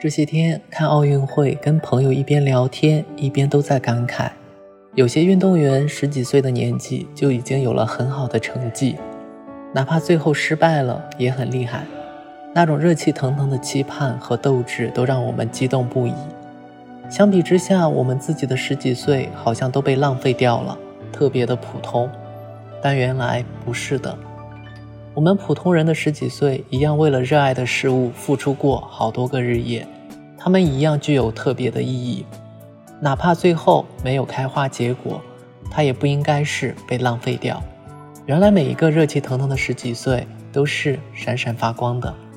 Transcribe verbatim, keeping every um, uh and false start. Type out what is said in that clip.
这些天看奥运会，跟朋友一边聊天一边都在感慨，有些运动员十几岁的年纪就已经有了很好的成绩，哪怕最后失败了也很厉害，那种热气腾腾的期盼和斗志都让我们激动不已。相比之下，我们自己的十几岁好像都被浪费掉了，特别的普通。但原来不是的，我们普通人的十几岁一样为了热爱的事物付出过好多个日夜，他们一样具有特别的意义，哪怕最后没有开花结果，它也不应该是被浪费掉。原来每一个热气腾腾的十几岁都是闪闪发光的。